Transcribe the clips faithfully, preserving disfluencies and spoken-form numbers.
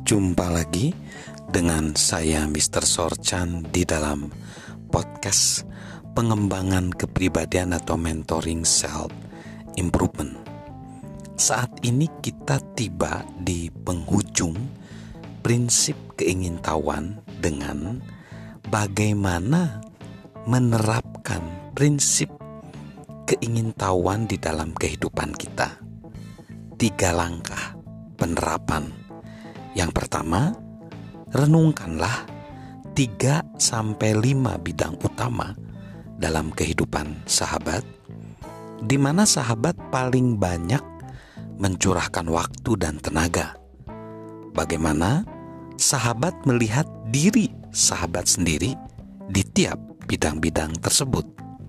Jumpa lagi dengan saya mister Sorchan di dalam podcast pengembangan kepribadian atau mentoring self improvement. Saat ini kita tiba di penghujung prinsip keingintahuan dengan bagaimana menerapkan prinsip keingintahuan di dalam kehidupan kita. Tiga langkah penerapan. Yang pertama, renungkanlah tiga sampai lima bidang utama dalam kehidupan sahabat, di mana sahabat paling banyak mencurahkan waktu dan tenaga. Bagaimana sahabat melihat diri sahabat sendiri di tiap bidang-bidang tersebut?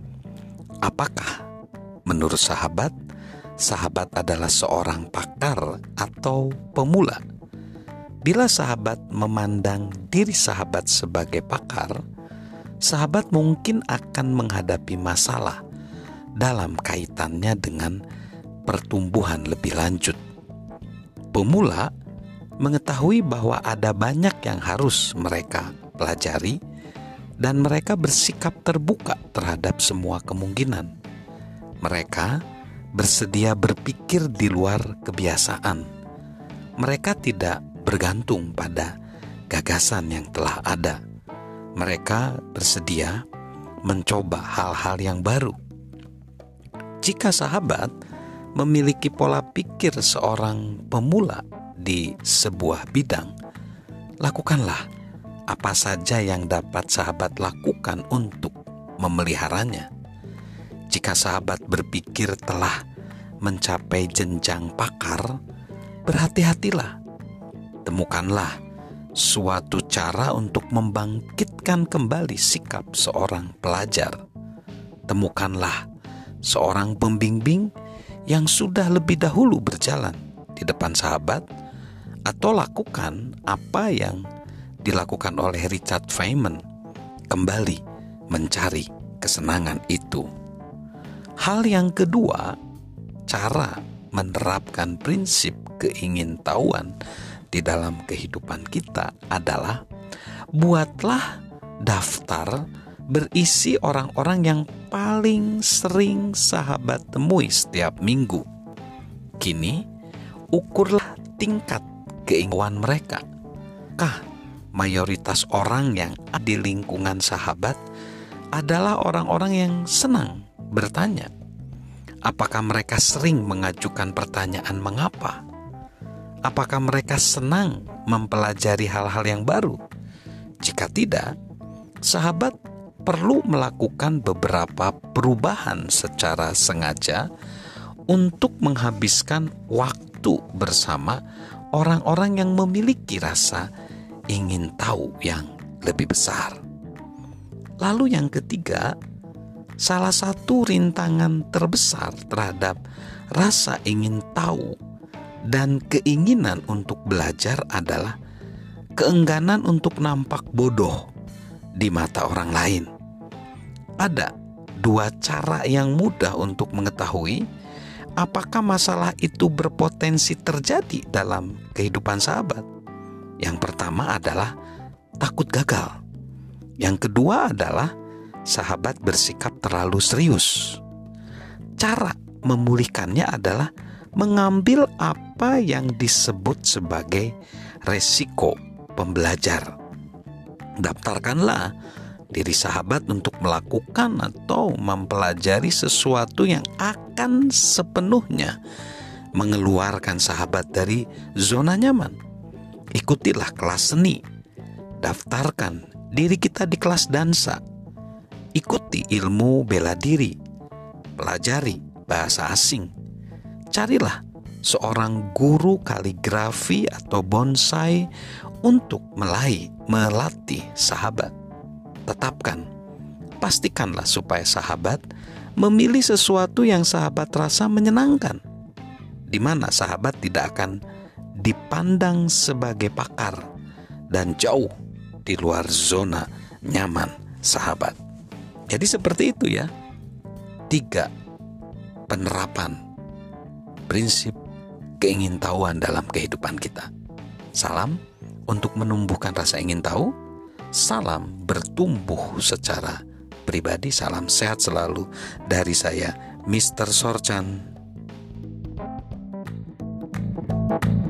Apakah menurut sahabat, sahabat adalah seorang pakar atau pemula? Bila sahabat memandang diri sahabat sebagai pakar, sahabat mungkin akan menghadapi masalah dalam kaitannya dengan pertumbuhan lebih lanjut. Pemula mengetahui bahwa ada banyak yang harus mereka pelajari dan mereka bersikap terbuka terhadap semua kemungkinan. Mereka bersedia berpikir di luar kebiasaan. Mereka tidak bergantung pada gagasan yang telah ada. Mereka bersedia mencoba hal-hal yang baru. Jika sahabat memiliki pola pikir seorang pemula di sebuah bidang, lakukanlah apa saja yang dapat sahabat lakukan untuk memeliharanya. Jika sahabat berpikir telah mencapai jenjang pakar, berhati-hatilah. Temukanlah suatu cara untuk membangkitkan kembali sikap seorang pelajar. Temukanlah seorang pembimbing yang sudah lebih dahulu berjalan di depan sahabat, atau lakukan apa yang dilakukan oleh Richard Feynman, kembali mencari kesenangan itu. Hal yang kedua, cara menerapkan prinsip keingintahuan di dalam kehidupan kita adalah buatlah daftar berisi orang-orang yang paling sering sahabat temui setiap minggu. Kini, ukurlah tingkat keingintahuan mereka. Kah mayoritas orang yang ada di lingkungan sahabat adalah orang-orang yang senang bertanya? Apakah mereka sering mengajukan pertanyaan mengapa? Apakah mereka senang mempelajari hal-hal yang baru? Jika tidak, sahabat perlu melakukan beberapa perubahan secara sengaja untuk menghabiskan waktu bersama orang-orang yang memiliki rasa ingin tahu yang lebih besar. Lalu yang ketiga, salah satu rintangan terbesar terhadap rasa ingin tahu dan keinginan untuk belajar adalah keengganan untuk nampak bodoh di mata orang lain. Ada dua cara yang mudah untuk mengetahui apakah masalah itu berpotensi terjadi dalam kehidupan sahabat. Yang pertama adalah takut gagal. Yang kedua adalah sahabat bersikap terlalu serius. Cara memulihkannya adalah mengambil apa yang disebut sebagai resiko pembelajar. Daftarkanlah diri sahabat untuk melakukan atau mempelajari sesuatu yang akan sepenuhnya mengeluarkan sahabat dari zona nyaman. Ikutilah kelas seni. Daftarkan diri kita di kelas dansa. Ikuti ilmu bela diri. Pelajari bahasa asing. Carilah seorang guru kaligrafi atau bonsai untuk melai, melatih sahabat. Tetapkan, pastikanlah supaya sahabat memilih sesuatu yang sahabat rasa menyenangkan, di mana sahabat tidak akan dipandang sebagai pakar dan jauh di luar zona nyaman sahabat. Jadi seperti itu ya, tiga penerapan prinsip keingintahuan dalam kehidupan kita. Salam untuk menumbuhkan rasa ingin tahu. Salam bertumbuh secara pribadi. Salam sehat selalu dari saya, mister Sorchan.